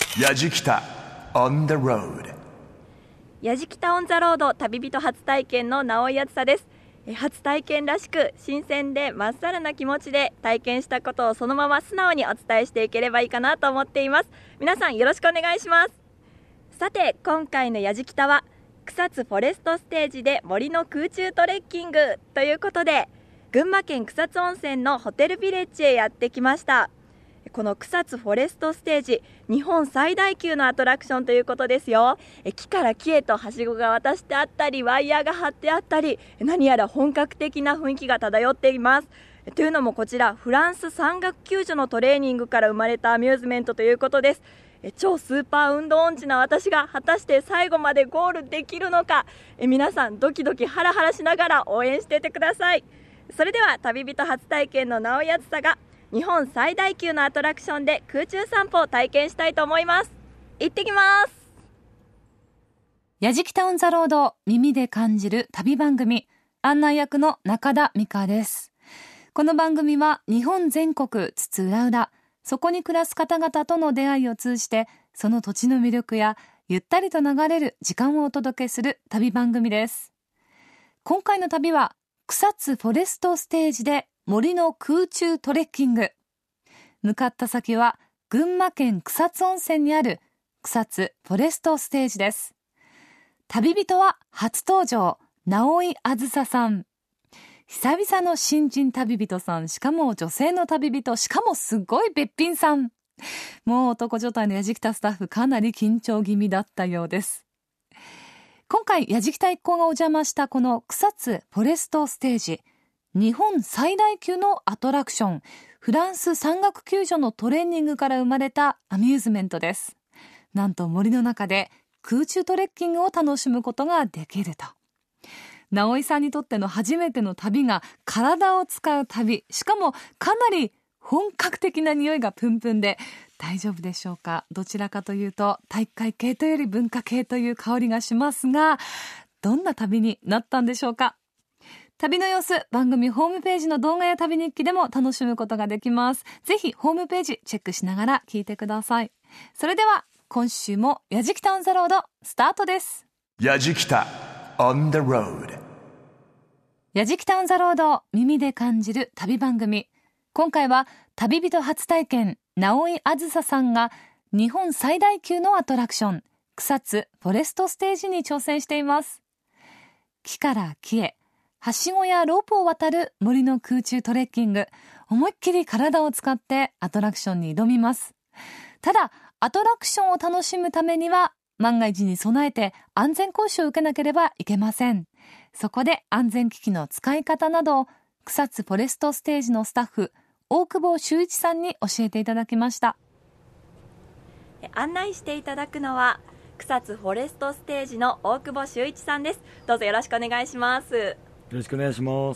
やじきた on the road。 やじきたオンザロード、旅人初体験の直井あずさです。初体験らしく新鮮でまっさらな気持ちで体験したことをそのまま素直にお伝えしていければいいかなと思っています。皆さんよろしくお願いします。さて今回のやじきたは草津フォレストステージで森の空中トレッキングということで、群馬県草津温泉のホテルビレッジへやってきました。この草津フォレストステージ、日本最大級のアトラクションということですよ。木から木へとはしごが渡してあったり、ワイヤーが張ってあったり、何やら本格的な雰囲気が漂っています。というのもこちらフランス山岳救助のトレーニングから生まれたアミューズメントということです。超スーパー運動音痴な私が果たして最後までゴールできるのか、皆さんドキドキハラハラしながら応援していてください。それでは旅人初体験の直井あずさが日本最大級のアトラクションで空中散歩を体験したいと思います。行ってきます。 やじきたオンザロード、耳で感じる旅番組、案内役の中田美香です。この番組は日本全国津々浦々、そこに暮らす方々との出会いを通じて、その土地の魅力やゆったりと流れる時間をお届けする旅番組です。今回の旅は草津フォレストステージで森の空中トレッキング。向かった先は群馬県草津温泉にある草津フォレストステージです。旅人は初登場、直井あずささん。久々の新人旅人さん、しかも女性の旅人、しかもすごいべっぴんさん。もう男女体のやじきたスタッフ、かなり緊張気味だったようです。今回やじきた一行がお邪魔したこの草津フォレストステージ、日本最大級のアトラクション、フランス山岳救助のトレーニングから生まれたアミューズメントです。なんと森の中で空中トレッキングを楽しむことができると。直井さんにとっての初めての旅が体を使う旅、しかもかなり本格的な匂いがプンプンで、大丈夫でしょうか。どちらかというと体育会系というより文化系という香りがしますが、どんな旅になったんでしょうか。旅の様子、番組ホームページの動画や旅日記でも楽しむことができます。ぜひホームページチェックしながら聞いてください。それでは今週もやじきたオンザロードスタートです。 やじきた on the road。 やじきたオンザロード、耳で感じる旅番組。今回は旅人初体験、直井あずささんが日本最大級のアトラクション、草津フォレストステージに挑戦しています。木から木へ、はしごやロープを渡る森の空中トレッキング。思いっきり体を使ってアトラクションに挑みます。ただ、アトラクションを楽しむためには、万が一に備えて安全講習を受けなければいけません。そこで安全機器の使い方などを、草津フォレストステージのスタッフ、大久保修一さんに教えていただきました。 案内していただくのは、草津フォレストステージの大久保修一さんです。どうぞよろしくお願いします。 よろしくお願いします。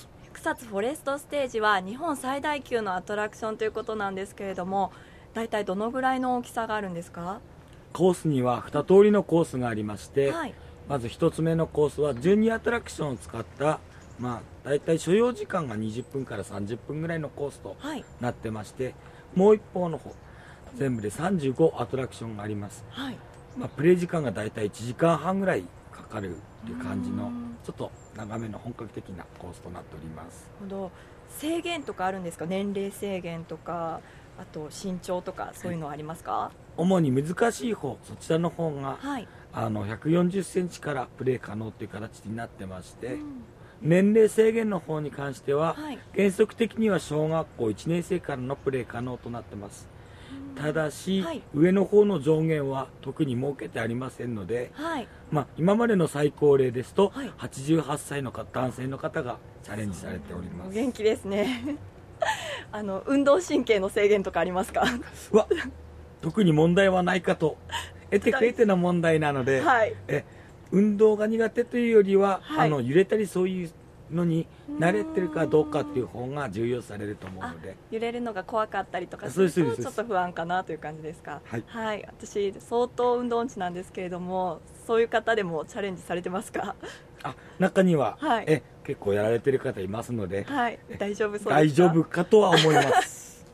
草津フォレストステージは日本最大級のアトラクションということなんですけれども、だいたいどのぐらいの大きさがあるんですか？ コースには2通りのコースがありまして、 はい、まず1つ目のコースは12アトラクションを使った、だいたい所要時間が20分から30分ぐらいのコースとなってまして、もう一方の方全部で35アトラクションがあります。 はい、 プレイ時間がだいたい1時間半ぐらいかかるという感じのちょっと長めの本格的なコースとなっております。 なるほど。制限とかあるんですか？年齢制限とか、あと身長とかそういうのはありますか？ 主に難しい方、そちらの方が、 はい、 140センチからプレイ可能という形になってまして、年齢制限の方に関しては、原則的には小学校1年生からのプレイ可能となってます。ただし、上の方の上限は特に設けてありませんので、今までの最高齢ですと、88歳の男性の方がチャレンジされております。 お元気ですね運動神経の制限とかありますか？ 特に問題はないかと。得て不得手な問題なので、運動が苦手というよりは、揺れたりそういうのに慣れてるかどうかっていう方が重要されると思うので、 揺れるのが怖かったりとかするとちょっと不安かなという感じですか？はい、私相当運動音痴なんですけれども、そういう方でもチャレンジされてますか？ 中には、結構やられてる方いますので、 大丈夫そうですか？ 大丈夫かとは思います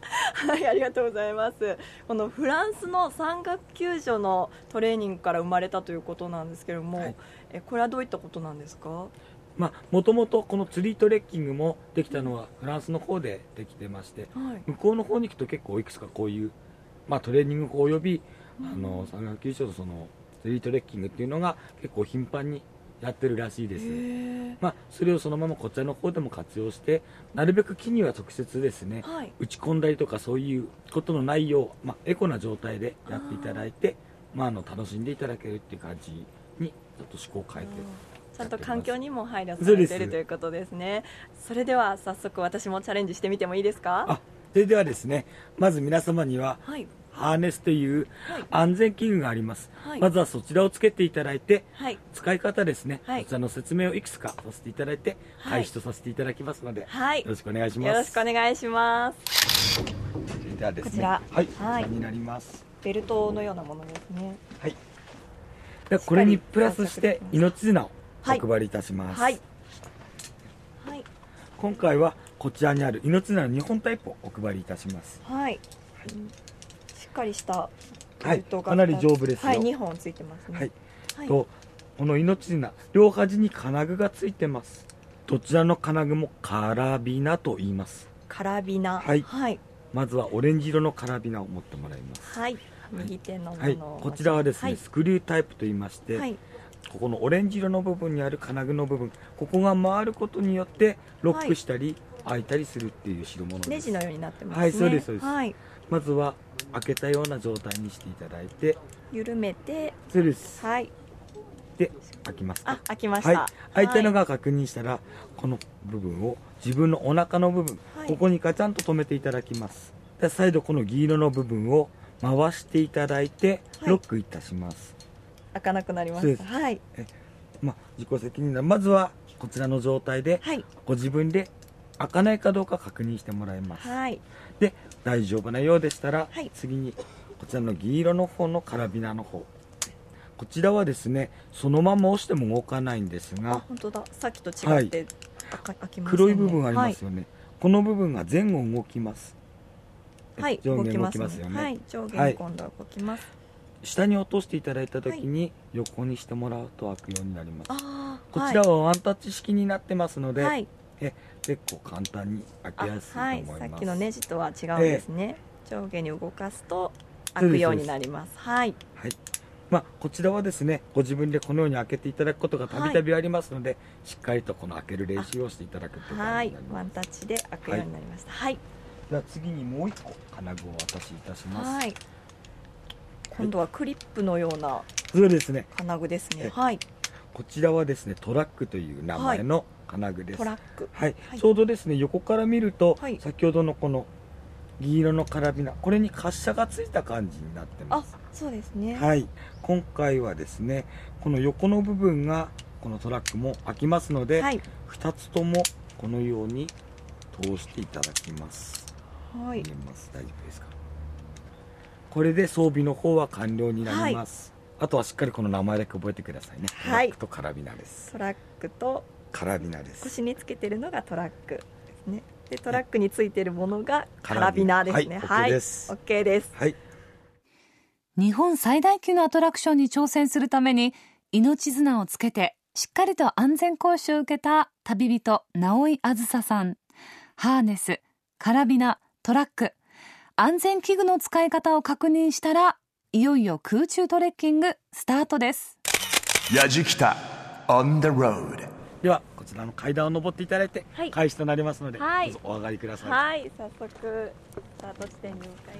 はい、ありがとうございます。このフランスの山岳救助のトレーニングから生まれたということなんですけれども、はい、これはどういったことなんですか？ もともとこのツリートレッキングもできたのはフランスの方でできてまして、はい、向こうの方に行くと結構いくつかこういう、トレーニング法および山岳救助のそのツリートレッキングっていうのが結構頻繁にやってるらしいです。それをそのままこちらの方でも活用して、なるべく木には直接ですね、はい、打ち込んだりとかそういうことのないよう、エコな状態でやっていただいて、楽しんでいただけるっていう感じにちょっと思考を変えてちゃんと環境にも配慮されているということですね。それでは早速私もチャレンジしてみてもいいですか？ それではですね、まず皆様には、はい、ハーネスという安全器具があります、はい、まずはそちらをつけていただいて、はい、使い方ですね、はい、こちらの説明をいくつかさせていただいて、開始とさせていただきますので、はい、よろしくお願いします。 よろしくお願いします。 それではですね、こちら、はい、こちらになります。 ベルトのようなものですね。 はい。ではこれにプラスして命綱をお配りいたします。はい。はい。今回はこちらにある命綱の2本タイプをお配りいたします。はい。はい、 しっかりしたベルトが、かなり丈夫ですよ。 はい、2本ついてますね。 はい。とこの命綱両端に金具がついてます。どちらの金具もカラビナと言います。 カラビナ。 はい。はい。まずはオレンジ色のカラビナを持ってもらいます。 はい。右手のものを、 はい、こちらはですね、スクリュータイプと言いまして、はい、ここのオレンジ色の部分にある金具の部分、ここが回ることによってロックしたり、開いたりするっていう代物です。 ネジのようになってますね。 はい、そうですそうです、はい、まずは開けたような状態にしていただいて、 緩めて、 そうです、 はい、 で開きます。 開きました。 はい、開いたのが確認したら、この部分を自分のお腹の部分、ここにガチャンと止めていただきます。で再度この銀色の部分を回していただいてロックいたします。 開かなくなりました。はい。 自己責任なまずはこちらの状態で、はい、ご自分で開かないかどうか確認してもらいます。はい。で大丈夫なようでしたら、はい、次にこちらの銀色の方のカラビナの方。こちらはですね、そのまま押しても動かないんですが、 本当だ。さっきと違って、はい、開きますね。 黒い部分ありますよね。はい、この部分が前後動きます。 はい、 上下動きますよね。 はい、上下に今度は動きます。 下に落としていただいたときに横にしてもらうと開くようになります。こちらはワンタッチ式になってますので、結構簡単に開けやすいと思います。 さっきのネジとは違うんですね。上下に動かすと開くようになります。はい。はい。 こちらはですね、ご自分でこのように開けていただくことがたびたびありますので、しっかりとこの開ける練習をしていただくということになります。 ワンタッチで開くようになりました。はい。 では次にもう一個金具をお渡しいたします。はい。 今度はクリップのようなそうですね。 金具ですね。はい。 こちらはですね、トラックという名前の金具です。 トラック。 はい。ちょうどですね、横から見ると、先ほどのこの銀色のカラビナ、これに滑車がついた感じになってます。 そうですね。 はい。今回はですね、この横の部分がこのトラックも開きますので、2つともこのように通していただきます。はい。見えます。大丈夫ですか？これで装備の方は完了になります。あとはしっかりこの名前だけ覚えてくださいね。トラックとカラビナです。 トラックとカラビナです。 腰につけてるのがトラックですね。でトラックについてるものがカラビナですね。はい。OK です。 はい。 日本最大級のアトラクションに挑戦するために命綱をつけてしっかりと安全講習を受けた旅人直井あずささん。ハーネス、カラビナ、トラック、安全器具の使い方を確認したらいよいよ空中トレッキングスタートです。 やじきた on the road。 ではこちらの階段を上っていただいて、開始となりますので、どうぞお上がりください。 はい、早速スタート地点に向かい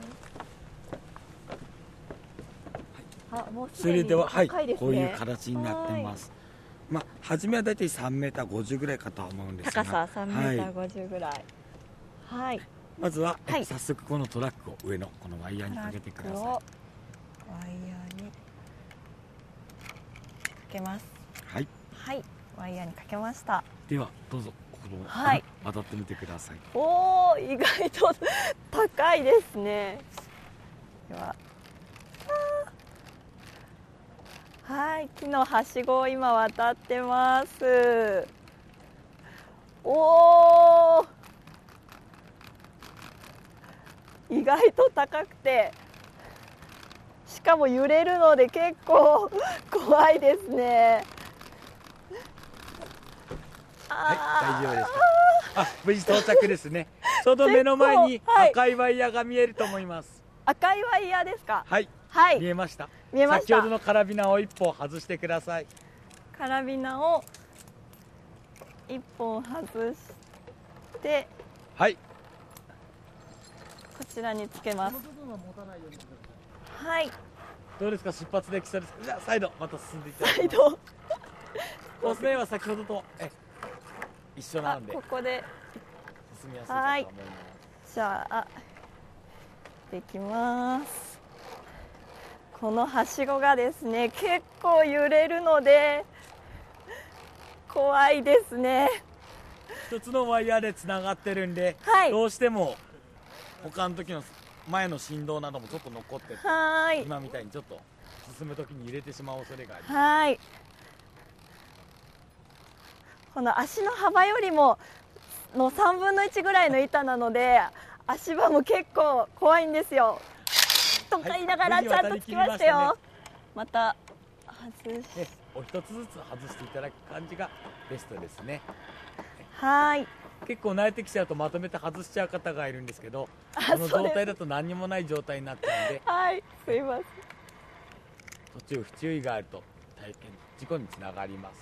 ます。もうすでに高いですね。 こういう形になってます。初めはだいたい3メーター50ぐらいかとは思うんですが、 高さ3メーター50ぐらい。はい。 まずは、早速このトラックを上のこのワイヤーにかけてください。ワイヤーにかけます。 はい。 はい。ワイヤーにかけました。 ではどうぞこの渡ってみてください。 おお、意外と高いですね。では。はい、木のはしごを今渡ってます。おお。 意外と高くて、しかも揺れるので結構怖いですね。 はい、大丈夫ですか。無事到着ですね。ちょうど目の前に赤いワイヤーが見えると思います。 赤いワイヤーですか。 はい、 はい、 見えました。 見えました。 先ほどのカラビナを1本外してください。 カラビナを1本外して、 はい、 こちらにつけます。はい。 どうですか、出発できそうですか。じゃあ再度また進んでいただきます。 再度コース内は先ほどと一緒なのでここで進みやすいかと思います。 じゃあできます。このはしごがですね、結構揺れるので怖いですね。 一つのワイヤーでつながってるんで、 はい、 どうしても他の時の前の振動などもちょっと残ってて、 はい、 今みたいにちょっと進む時に揺れてしまう恐れがあります。 はい、この足の幅よりもの3分の1ぐらいの板なので、足場も結構怖いんですよ。とか言いながらちゃんとつきましたよ。また外して、 お一つずつ外していただく感じがベストですね。 はい。 結構慣れてきちゃうとまとめて外しちゃう方がいるんですけど、この状態だと何にもない状態になっちゃうんで、 はい、すいません。 途中不注意があると大変事故につながります。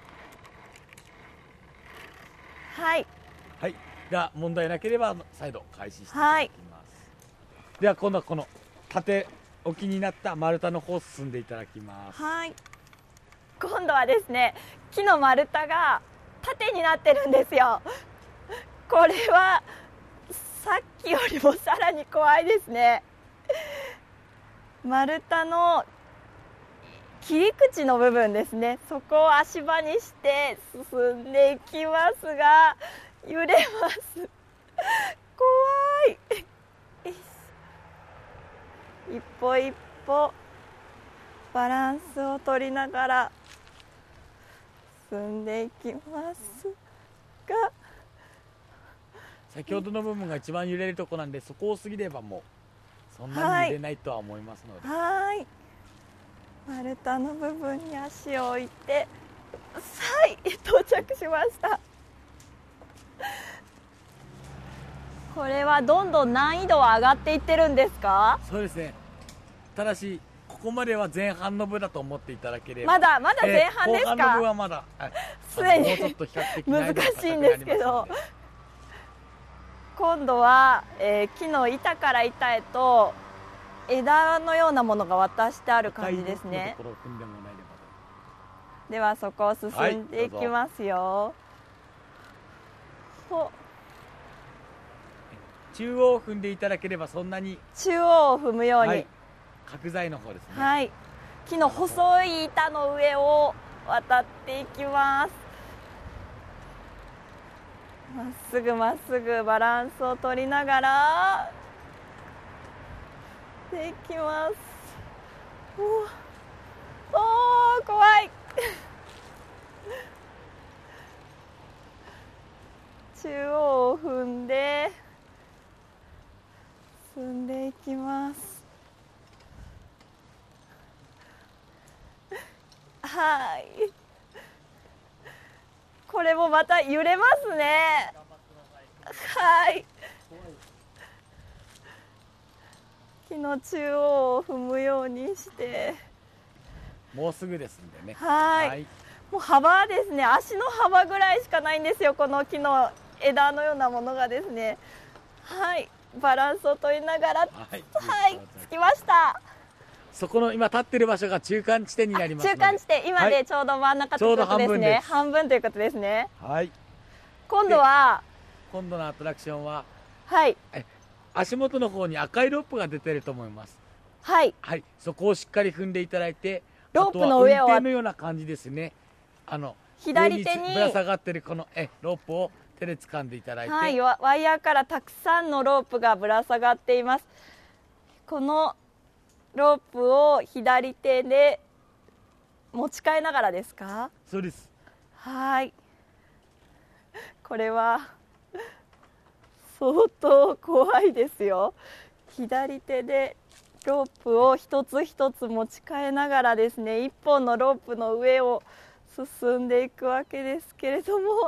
はい。 はい。では問題なければ再度開始していただきます。では今度はこの縦置きになった丸太の方進んでいただきます。 はい。今度はですね、木の丸太が縦になってるんですよ。これはさっきよりもさらに怖いですね。丸太の切り口の部分ですね、そこを足場にして進んでいきますが、揺れます。怖い。一歩一歩バランスを取りながら進んでいきますが、 先ほどの部分が一番揺れるところなんで、そこを過ぎればもうそんなに揺れないとは思いますので、 はい、丸太の部分に足を置いて、はい、到着しました。これはどんどん難易度は上がっていってるんですか？ そうですね。ただしここまでは前半の部だと思っていただければ、 まだ前半ですか？ 後半の部はまだすでにもうちょっと比較的難易度が高くなりますので、 難しいんですけど、今度は、木の板から板へと枝のようなものが渡してある感じですね。ではそこを進んでいきますよ。 中央を踏んでいただければそんなに。 中央を踏むように、はい、 角材の方ですね。 はい、木の細い板の上を渡っていきます。まっすぐまっすぐバランスを取りながらでいきます。おー、怖い。中央を踏んで進んでいきます。はい、これもまた揺れますね。はい、木の中央を踏むようにして、 もうすぐですんでね。 はい、もう幅ですね、足の幅ぐらいしかないんですよ、この木の枝のようなものがですね。はい、バランスを取りながら、はい、着きました。 そこの今立ってる場所が中間地点になりますので、 中間地点、今でちょうど真ん中ということですね。半分ということですね。 はい。 今度のアトラクションは、 はい、 足元の方に赤いロープが出てると思います。 はい、 はい、そこをしっかり踏んでいただいて、 ロープの上を、 運転のような感じですね。 左手にぶら下がってるこのロープを手で掴んでいただいて、 はい、ワイヤーからたくさんのロープがぶら下がっています。このロープを左手で持ち替えながらですか？ そうです。 はい、これは相当怖いですよ。 左手でロープを一つ一つ持ち替えながらですね、一本のロープの上を進んでいくわけですけれども、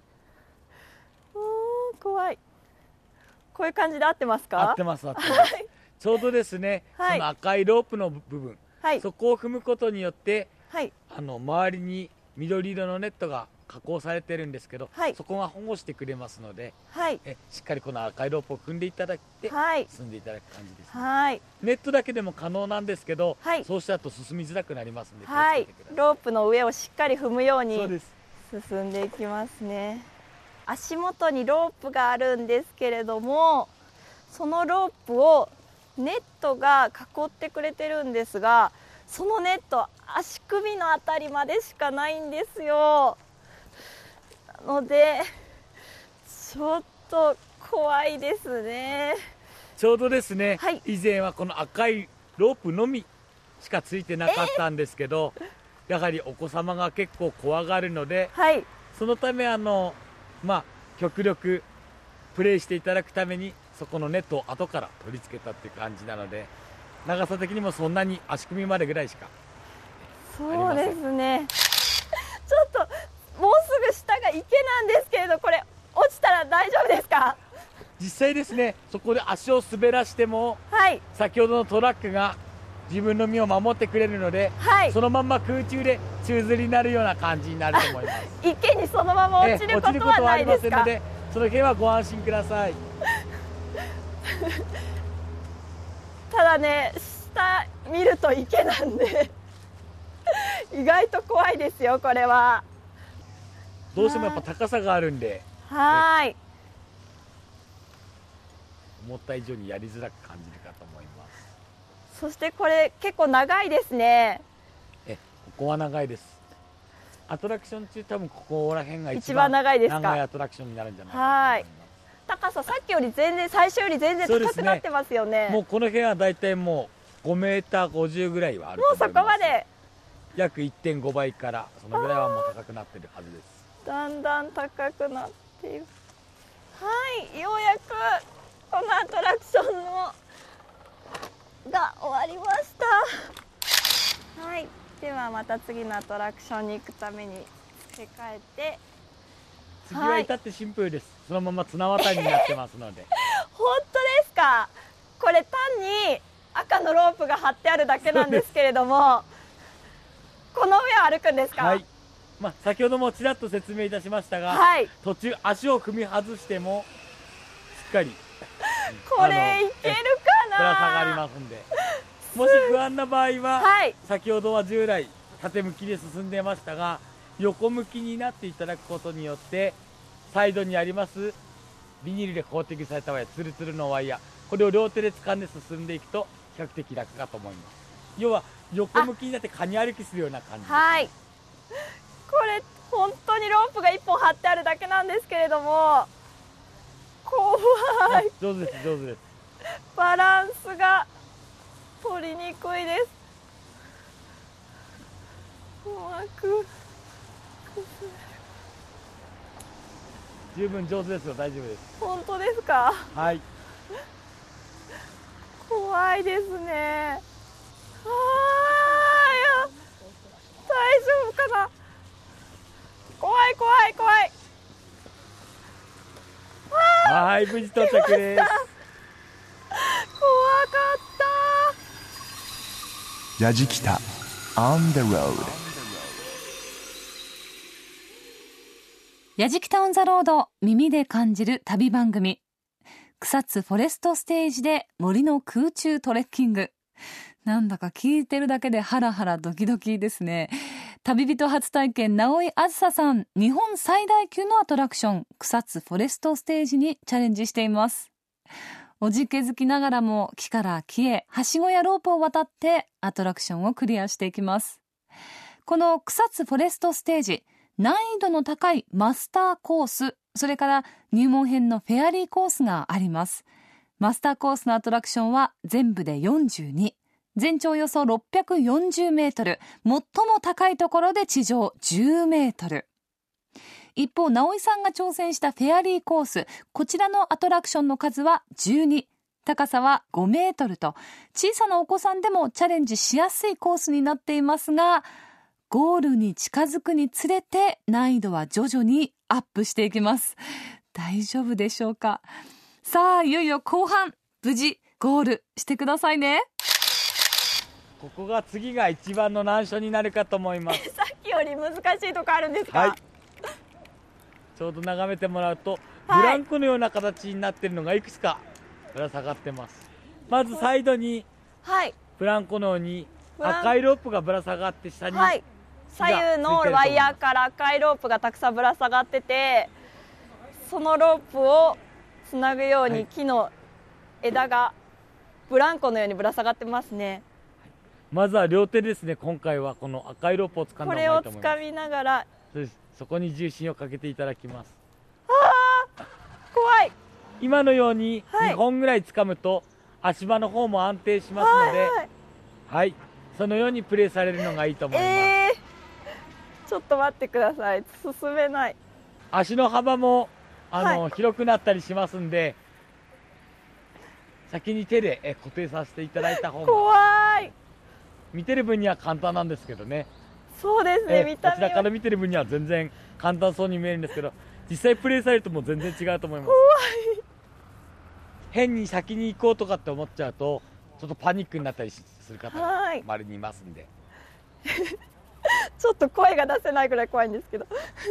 怖い。こういう感じで合ってますか？ 合ってます合ってますちょうどですね、 はい、 その赤いロープの部分、 はい、 そこを踏むことによって、 はい、 周りに緑色のネットが加工されてるんですけど、 はい、 そこが保護してくれますので、 はい、 しっかりこの赤いロープを踏んでいただいて、 はい、 進んでいただく感じです、ね。 はい、 ネットだけでも可能なんですけど、 はい、 そうしたと進みづらくなりますので、 はい、ロープの上をしっかり踏むように進んでいきますね。足元にロープがあるんですけれども、そのロープをネットが囲ってくれてるんですが、そのネット足首のあたりまでしかないんですよ。なのでちょっと怖いですね。 ちょうどですね、 はい、 以前はこの赤いロープのみしかついてなかったんですけど、やはりお子様が結構怖がるので、 はい、 そのため極力プレイしていただくためにそこのネットを後から取り付けたっていう感じなので、長さ的にもそんなに足首までぐらいしかそうですね。ちょっともうすぐ下が池なんですけれど、これ落ちたら大丈夫ですか？ 実際ですね、そこで足を滑らしても、 はい、 先ほどのトラックが自分の身を守ってくれるので、はい、そのまんま空中で宙吊りになるような感じになると思います池にそのまま落ちることはないですか？ 落ちることはありませんので、その辺はご安心くださいただね、下見ると池なんで意外と怖いですよ、これは。 どうしてもやっぱ高さがあるんで、 はい、 思った以上にやりづらく感じるかと思います。 そしてこれ結構長いですね。 ここは長いです。アトラクション中、多分ここら辺が一番長いですか？ 長いアトラクションになるんじゃないかと思います。 高ささっきより全然、最初より全然高くなってますよね。 もうこの辺はだいたいもう5メーター50ぐらいはあると思います。 もうそこまで約 1.5 倍からそのぐらいはもう高くなってるはずです。 だんだん高くなっている。はい、ようやくこのアトラクションのが終わりました。はい、ではまた次のアトラクションに行くために付け替えて、 次は至ってシンプルです、はい、そのまま綱渡りになってますので本当ですか？これ単に赤のロープが張ってあるだけなんですけれども、この上を歩くんですか？ はい、先ほどもちらっと説明いたしましたが、 はい、 途中足を踏み外してもしっかりこれいけるかな？ ぶら下がりますんで、もし不安な場合は、はい、先ほどは従来縦向きで進んでましたが、横向きになっていただくことによってサイドにありますビニールでコーティングされたワイヤー、ツルツルのワイヤー、これを両手で掴んで進んでいくと比較的楽かと思います。要は横向きになってカニ歩きするような感じです。 はい、これ本当にロープが1本張ってあるだけなんですけれども、怖い。 上手です、上手です。 バランスが取りにくいです。うまく十分上手ですよ、大丈夫です。 本当ですか？ はい。 怖いですね。大丈夫かな？怖い怖い怖い。 はい、無事到着です。怖かった。 やじきた on the road。 やじきたオンザロード、耳で感じる旅番組。草津フォレストステージで森の空中トレッキング。なんだか聞いてるだけでハラハラドキドキですね。旅人初体験、直井あずささん、日本最大級のアトラクション、草津フォレストステージにチャレンジしています。おじけづきながらも木から木へ、はしごやロープを渡ってアトラクションをクリアしていきます。この草津フォレストステージ、難易度の高いマスターコース、それから入門編のフェアリーコースがあります。マスターコースのアトラクションは全部で42。全長およそ640メートル、最も高いところで地上10メートル。一方、直井さんが挑戦したフェアリーコース、こちらのアトラクションの数は12。 高さは5メートルと、小さなお子さんでもチャレンジしやすいコースになっていますが、ゴールに近づくにつれて難易度は徐々にアップしていきます。大丈夫でしょうか。さあ、いよいよ後半、無事ゴールしてくださいね。 ここが次が一番の難所になるかと思います。 さっきより難しいとこあるんですか？ はい、ちょうど眺めてもらうと、 はい、 ブランコのような形になっているのがいくつかぶら下がってます。まずサイドにブランコのように赤いロープがぶら下がって、下に、 左右のワイヤーから赤いロープがたくさんぶら下がってて、そのロープをつなぐように木の枝がブランコのようにぶら下がってますね。 まずは両手ですね。今回はこの赤いロープを掴んだ方がいいと思います。 これを掴みながら、 そうです。そこに重心をかけていただきます。 怖い。 今のように2本ぐらい掴むと足場の方も安定しますので、はい、そのようにプレーされるのがいいと思います。 ちょっと待ってください、進めない。 足の幅も広くなったりしますんで、先に手で固定させていただいた方が、 怖い。 見てる分には簡単なんですけどね。 そうですね、見た目はこちらから見てる分には全然簡単そうに見えるんですけど、実際プレーされるともう全然違うと思います。 怖い。 変に先に行こうとかって思っちゃうとちょっとパニックになったりする方が周りにいますんで、 ちょっと声が出せないぐらい怖いんですけど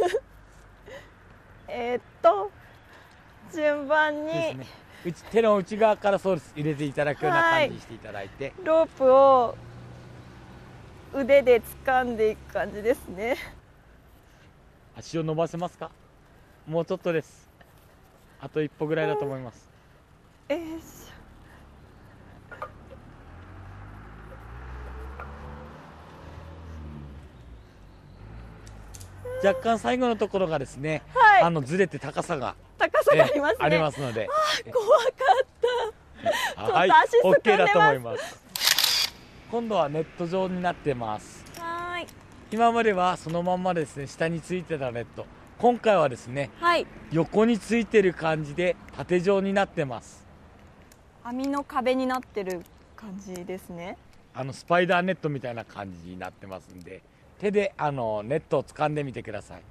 順番にですね、手の内側からそうです、入れていただくような感じにしていただいて、 ロープを腕で掴んでいく感じですね。 足を伸ばせますか？もうちょっとです。あと一歩ぐらいだと思います。若干最後のところがですね、ずれて高さがありますね。 ありますので、 怖かった。ちょっと足すくんでます。 OK だと思います。今度はネット状になってます。今まではそのまんまですね、下についてたネット、今回はですね、横についてる感じで縦状になってます。 網の壁になってる感じですね。 スパイダーネットみたいな感じになってますんで、手でネットを掴んでみてください。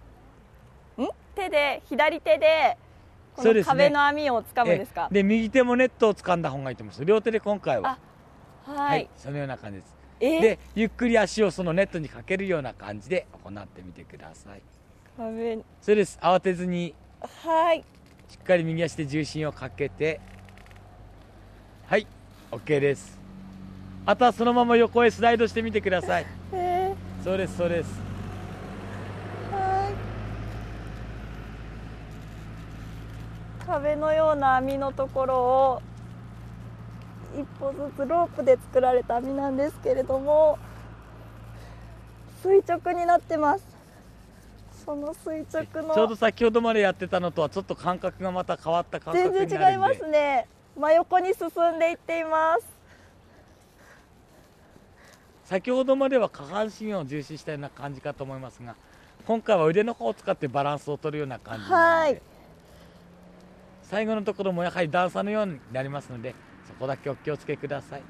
左手でこの壁の網を掴むんですか？ で右手もネットを掴んだ方がいいと思います。両手で今回は、そのような感じです。でゆっくり足をそのネットにかけるような感じで行ってみてください。そうです。慌てずに、しっかり右足で重心をかけて、はい、 OK です。あとはそのまま横へスライドしてみてください。そうです、そうです。 壁のような網のところを一歩ずつロープで作られた網なんですけれども、垂直になってます。その垂直のちょうど先ほどまでやってたのとはちょっと感覚がまた変わった感覚になるんで、 全然違いますね。真横に進んでいっています。 先ほどまでは下半身を重視したような感じかと思いますが、今回は腕の方を使ってバランスを取るような感じになるので、最後のところもやはり段差のようになりますので、そこだけお気をつけください。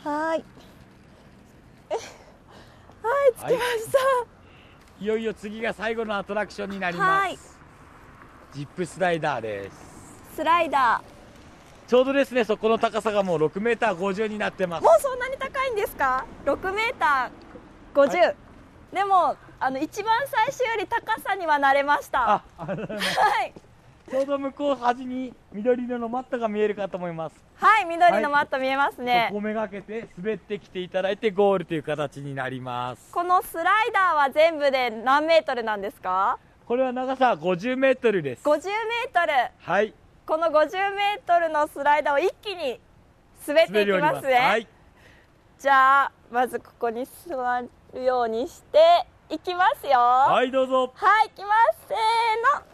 着きました。 いよいよ次が最後のアトラクションになります。ジップスライダーです。 スライダー、ちょうどですね、そこの高さがもう6メーター50になってます。 もうそんなに高いんですか？6メーター50、でも一番最初より高さには慣れました。ちょうど向こう端に緑色のマットが見えるかと思います。緑のマット見えますね。 そこをめがけて滑ってきていただいてゴールという形になります。 このスライダーは全部で何メートルなんですか？ これは長さは50メートルです。 50メートル。この50メートルのスライダーを一気に滑っていきますね。じゃあまずここに座るようにしていきますよ。 どうぞ。 いきます。せーの。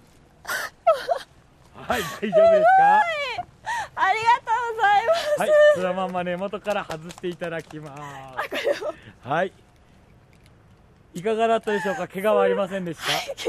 大丈夫ですか？ありがとうございます。 そのまま根元から外していただきます。はい、いかがだったでしょうか。怪我はありませんでした？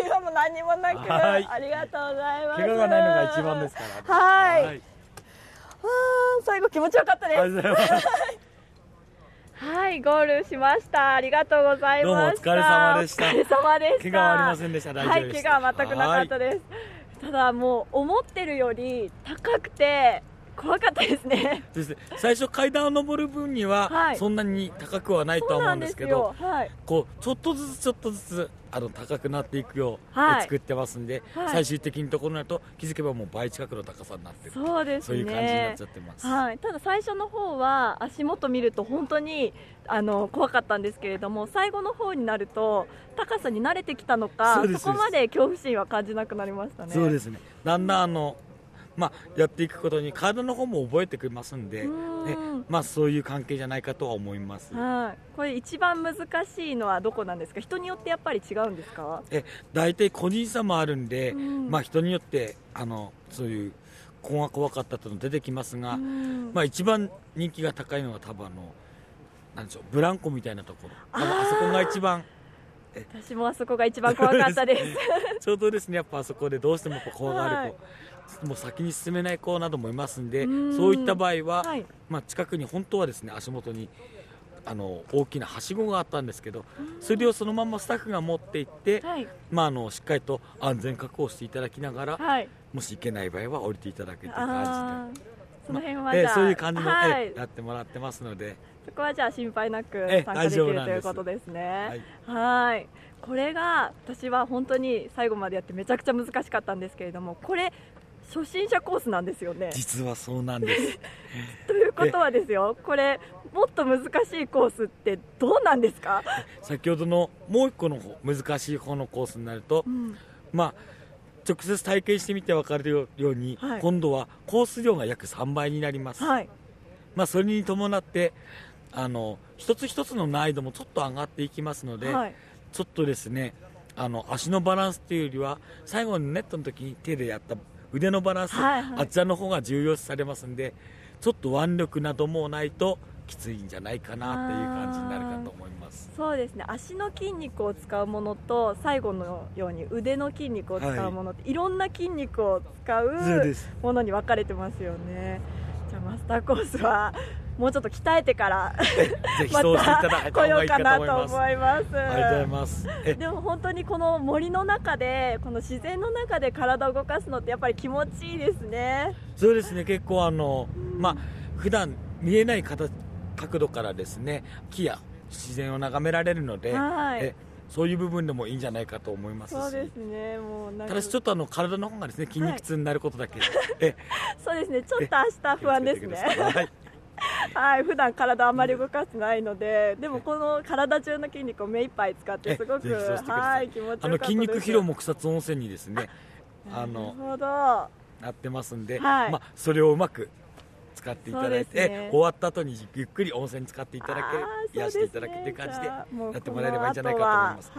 怪我も何もなく、 はい、 ありがとうございます。 怪我がないのが一番ですから。 はい、 はい、 最後気持ちよかったです。 ありがとうございます。 はい、ゴールしました。ありがとうございました。 どうもお疲れ様でした。 お疲れ様でした。 怪我はありませんでした。大丈夫でした。 はい、怪我は全くなかったです。ただもう思ってるより高くて怖かったですね。 ですね、最初階段を上る分にはそんなに高くはないとは思うんですけど、 はい、 こうちょっとずつ高くなっていくように作ってますんで、はい、最終的にところになると気づけばもう倍近くの高さになってる。 そうですね、 そういう感じになっちゃってます。 はい、ただ最初の方は足元見ると本当に怖かったんですけれども、最後の方になると高さに慣れてきたのか そこまで恐怖心は感じなくなりましたね。 そうですね、だんだんやっていくことに体の方も覚えてくれますんで、そういう関係じゃないかとは思います。 はい、これ一番難しいのはどこなんですか？人によってやっぱり違うんですか？ 大体個人差もあるんで、人によってそういうここが怖かったというの出てきますが、一番人気が高いのは多分なんでしょう、ブランコみたいなところ、あそこが一番。 私もあそこが一番怖かったですちょうどですね、やっぱあそこでどうしても怖がる子、もう先に進めない子などもいますんで、そういった場合は、近くに本当はですね、足元に大きなはしごがあったんですけど、それをそのままスタッフが持って行って、しっかりと安全確保していただきながら、もし行けない場合は降りていただくという感じで、 その辺はじゃあ、 そういう感じの、やってもらってますので、 そこはじゃあ心配なく参加できるということですね。はい、これが私は本当に最後までやってめちゃくちゃ難しかったんですけれども、これ初心者コースなんですよね。 実はそうなんですということはですよ、これもっと難しいコースってどうなんですか？ 先ほどのもう一個の難しい方のコースになると、直接体験してみて分かるように、今度はコース量が約3倍になります。それに伴って一つ一つの難易度もちょっと上がっていきますので、ちょっとですね、足のバランスというよりは最後のネットの時に手でやった腕のバランス、あちらの方が重要視されますんで、ちょっと腕力などもないときついんじゃないかなっていう感じになるかと思います。 そうですね、足の筋肉を使うものと最後のように腕の筋肉を使うものって、いろんな筋肉を使うものに分かれてますよね。じゃあマスターコースはもうちょっと鍛えてからぜひそうしていただいた方がいいかと思います。 また来ようかなと思います。 ありがとうございます。 でも本当にこの森の中で、この自然の中で体を動かすのってやっぱり気持ちいいですね。 そうですね、結構普段見えない角度からですね、木や自然を眺められるので、そういう部分でもいいんじゃないかと思いますし、 そうですね、もうただしちょっと体の方がですね、筋肉痛になることだけ、 そうですね、ちょっと明日不安ですね。普段体あまり動かしてないので、でもこの体中の筋肉を目いっぱい使ってすごく気持ちよかったです。 筋肉疲労も草津温泉にですねなってますんで、それをうまく使っていただいて、終わった後にゆっくり温泉に使っていただけ、癒していただくという感じでやってもらえればいいんじゃないかと思います。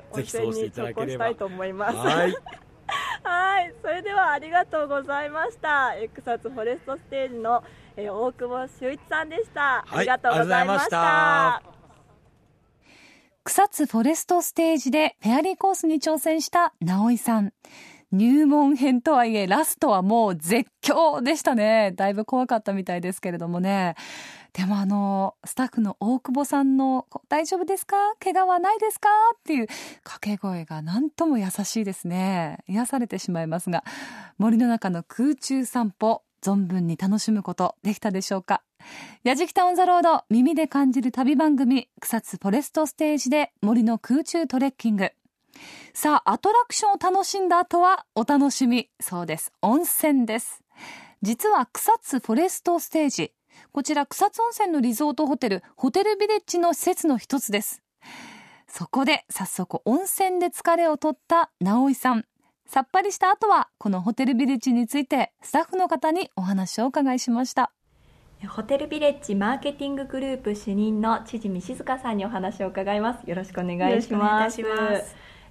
ぜひそうしていただければと思います。それではありがとうございました。草津フォレストステージの大久保修一さんでした。ありがとうございました。 草津フォレストステージでフェアリーコースに挑戦した直井さん。入門編とはいえラストはもう絶叫でしたね。だいぶ怖かったみたいですけれどもね。でもスタッフの大久保さんの大丈夫ですか、怪我はないですかっていう掛け声がなんとも優しいですね。癒されてしまいますが、森の中の空中散歩存分に楽しむことできたでしょうか。やじきたオンザロード、耳で感じる旅番組、草津フォレストステージで森の空中トレッキング。さあ、アトラクションを楽しんだ後はお楽しみ、そうです、温泉です。実は草津フォレストステージ、こちら草津温泉のリゾートホテル、ホテルビレッジの施設の一つです。そこで早速温泉で疲れを取った直井さん、さっぱりした後はこのホテルビレッジについてスタッフの方にお話をお伺いしました。 ホテルビレッジマーケティンググループ主任の千々見静香さんにお話を伺います。よろしくお願いします。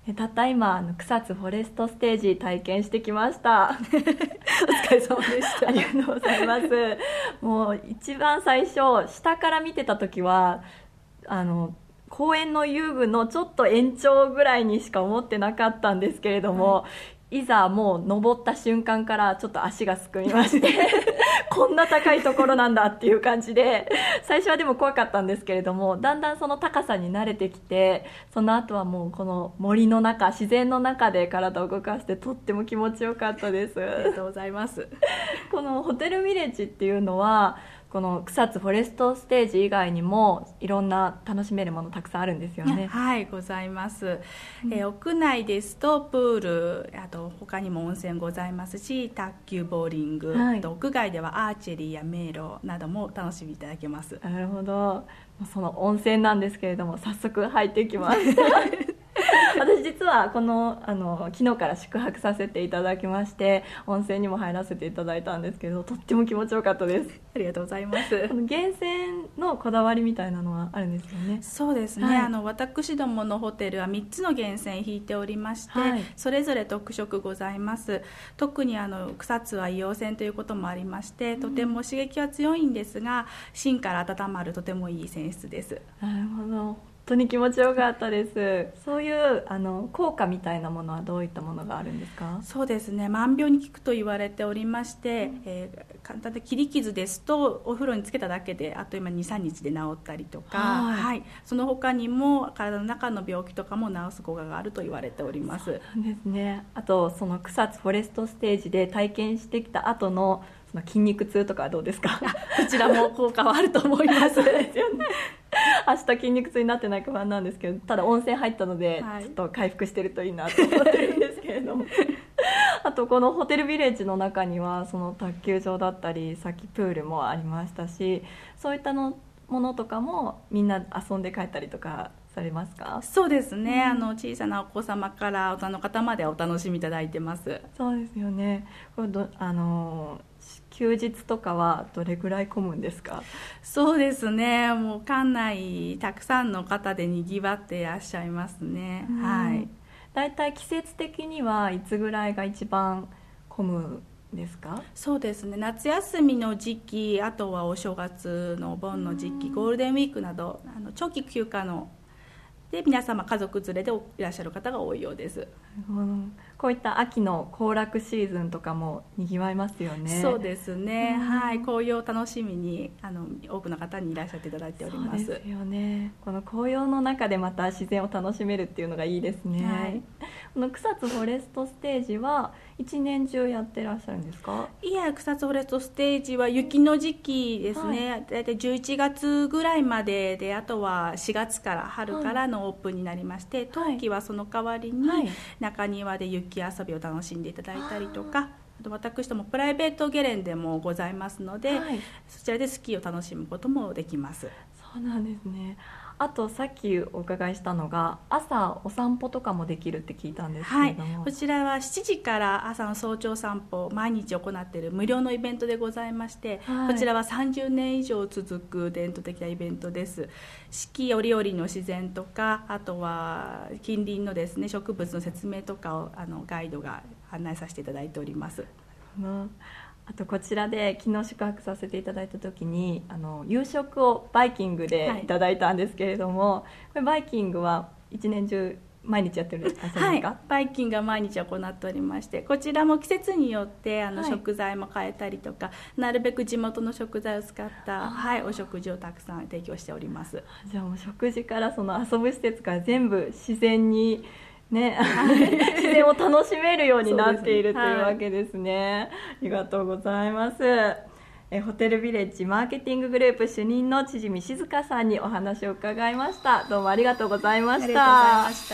たった今草津フォレストステージ体験してきましたお疲れ様でしたありがとうございます。もう一番最初下から見てた時は公園の遊具のちょっと延長ぐらいにしか思ってなかったんですけれども、いざもう登った瞬間からちょっと足がすくみましてこんな高いところなんだっていう感じで、最初はでも怖かったんですけれども、だんだんその高さに慣れてきて、その後はもうこの森の中、自然の中で体を動かしてとっても気持ちよかったです。 ありがとうございます。 このホテルヴィレッジっていうのはこの草津フォレストステージ以外にもいろんな楽しめるものたくさんあるんですよね。 はい、ございます、屋内ですとプール、あと他にも温泉ございますし、卓球、ボーリング、あと屋外ではアーチェリーや迷路なども楽しみいただけます。 なるほど。その温泉なんですけれども早速入ってきました私実は昨日から宿泊させていただきまして、温泉にも入らせていただいたんですけど、とっても気持ちよかったです。 ありがとうございます。 源泉のこだわりみたいなのはあるんですよね。 そうですね、私どものホテルは3つの源泉引いておりまして、それぞれ特色ございます。特に草津は硫黄泉ということもありまして、とても刺激は強いんですが、芯から温まるとてもいい泉質です。 なるほど、本当に気持ちよかったです。そういう効果みたいなものはどういったものがあるんですか？ そうですね、万病に効くと言われておりまして、簡単で切り傷ですとお風呂につけただけであっという間に 2,3 日で治ったりとか、その他にも体の中の病気とかも治す効果があると言われております。 そうなんですね。あとその草津フォレストステージで体験してきた後のその筋肉痛とかはどうですか？ こちらも効果はあると思いますですよね。明日筋肉痛になってないか不安なんですけど、ただ温泉入ったので、ちょっと回復してるといいなと思ってるんですけれどもあとこのホテルヴィレッジの中にはその卓球場だったりさっきプールもありましたし、そういったものとかもみんな遊んで帰ったりとかされますか？ そうですね、小さなお子様から大人の方までお楽しみいただいてます。 そうですよね。これ休日とかはどれぐらい混むんですか？ そうですね、もう館内たくさんの方でにぎわっていらっしゃいますね。 だいたい季節的にはいつぐらいが一番混むんですか？ そうですね、夏休みの時期、あとはお正月のお盆の時期、ゴールデンウィークなど長期休暇ので皆様家族連れでいらっしゃる方が多いようです。 こういった秋の行楽シーズンとかもにぎわいますよね。 そうですね、紅葉を楽しみに多くの方にいらっしゃっていただいております。 そうですよね。この紅葉の中でまた自然を楽しめるっていうのがいいですね。この草津フォレストステージは一年中やってらっしゃるんですか？ いや、草津フォレストステージは雪の時期ですね、だいたい11月ぐらいまでで、あとは4月から春からのオープンになりまして、冬季はその代わりに中庭で雪遊びを楽しんでいただいたりとか、あと私どもプライベートゲレンデもございますので、そちらでスキーを楽しむこともできます。 そうなんですね。あとさっきお伺いしたのが朝お散歩とかもできるって聞いたんですけれども、 こちらは7時から朝の早朝散歩毎日行っている無料のイベントでございまして、こちらは30年以上続く伝統的なイベントです。四季折々の自然とか、あとは近隣のですね植物の説明とかをガイドが案内させていただいております。 あとこちらで昨日宿泊させていただいた時に夕食をバイキングでいただいたんですけれども、これバイキングは一年中毎日やってるんですか？ バイキングは毎日行っておりまして、こちらも季節によって食材も変えたりとか、なるべく地元の食材を使った、お食事をたくさん提供しております。 じゃあもう食事からその遊ぶ施設から全部自然にね、自然を楽しめるようになっているというわけですね。ありがとうございます。ホテルヴィレッジマーケティンググループ主任の千々見静香さんにお話を伺いました。どうもありがとうございました。 ありがとうございました。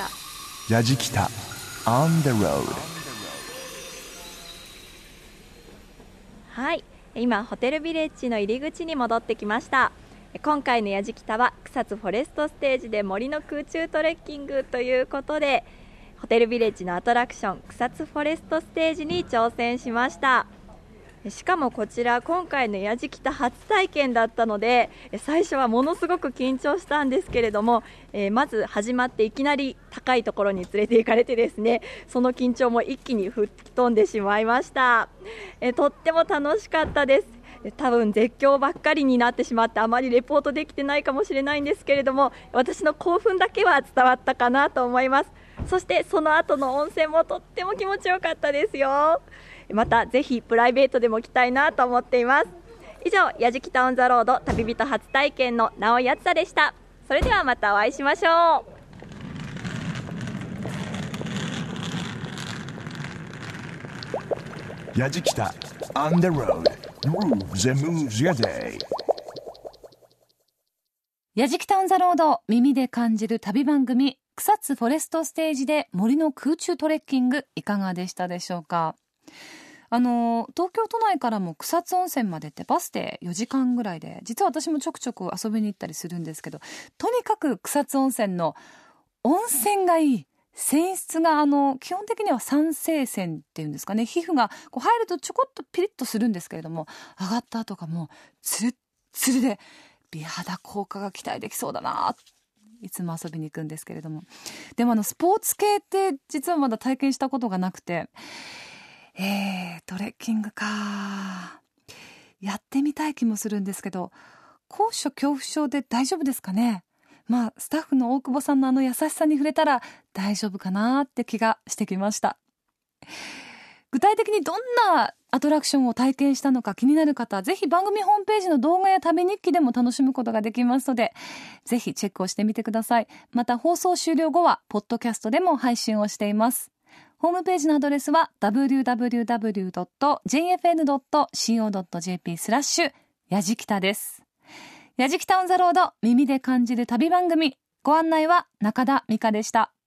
やじきた On the road。 はい、今ホテルヴィレッジの入り口に戻ってきました。今回のやじきたは草津フォレストステージで森の空中トレッキングということで、ホテルヴィレッジのアトラクション草津フォレストステージに挑戦しました。 しかもこちら今回のやじきた初体験だったので、最初はものすごく緊張したんですけれども、まず始まっていきなり高いところに連れて行かれてですね、その緊張も一気に吹っ飛んでしまいました。とっても楽しかったです。多分絶叫ばっかりになってしまってあまりレポートできてないかもしれないんですけれども、私の興奮だけは伝わったかなと思います。そしてその後の温泉もとっても気持ちよかったですよ。またぜひプライベートでも来たいなと思っています。以上、やじきたオンザロード旅人初体験の直井あつさでした。それではまたお会いしましょう。やじきた On the road Grooves and moves your day。 やじきたオンザロード、耳で感じる旅番組、草津フォレストステージで森の空中トレッキング、いかがでしたでしょうか。東京都内からも草津温泉までってバスで4時間ぐらいで、実は私もちょくちょく遊びに行ったりするんですけど、とにかく草津温泉の温泉がいい。泉質が基本的には酸性泉っていうんですかね、皮膚がこう入るとちょこっとピリッとするんですけれども、上がった後がもうツルッツルで美肌効果が期待できそうだな、いつも遊びに行くんですけれども、でもスポーツ系って実はまだ体験したことがなくて、トレッキングかやってみたい気もするんですけど、高所恐怖症で大丈夫ですかね。スタッフの大久保さんの優しさに触れたら大丈夫かなって気がしてきました。具体的にどんなアトラクションを体験したのか気になる方、ぜひ番組ホームページの動画や旅日記でも楽しむことができますので、ぜひチェックをしてみてください。また放送終了後はポッドキャストでも配信をしています。ホームページのアドレスは www.jfn.co.jp やじきたです。やじきたオンザロード、耳で感じる旅番組、ご案内は中田美香でした。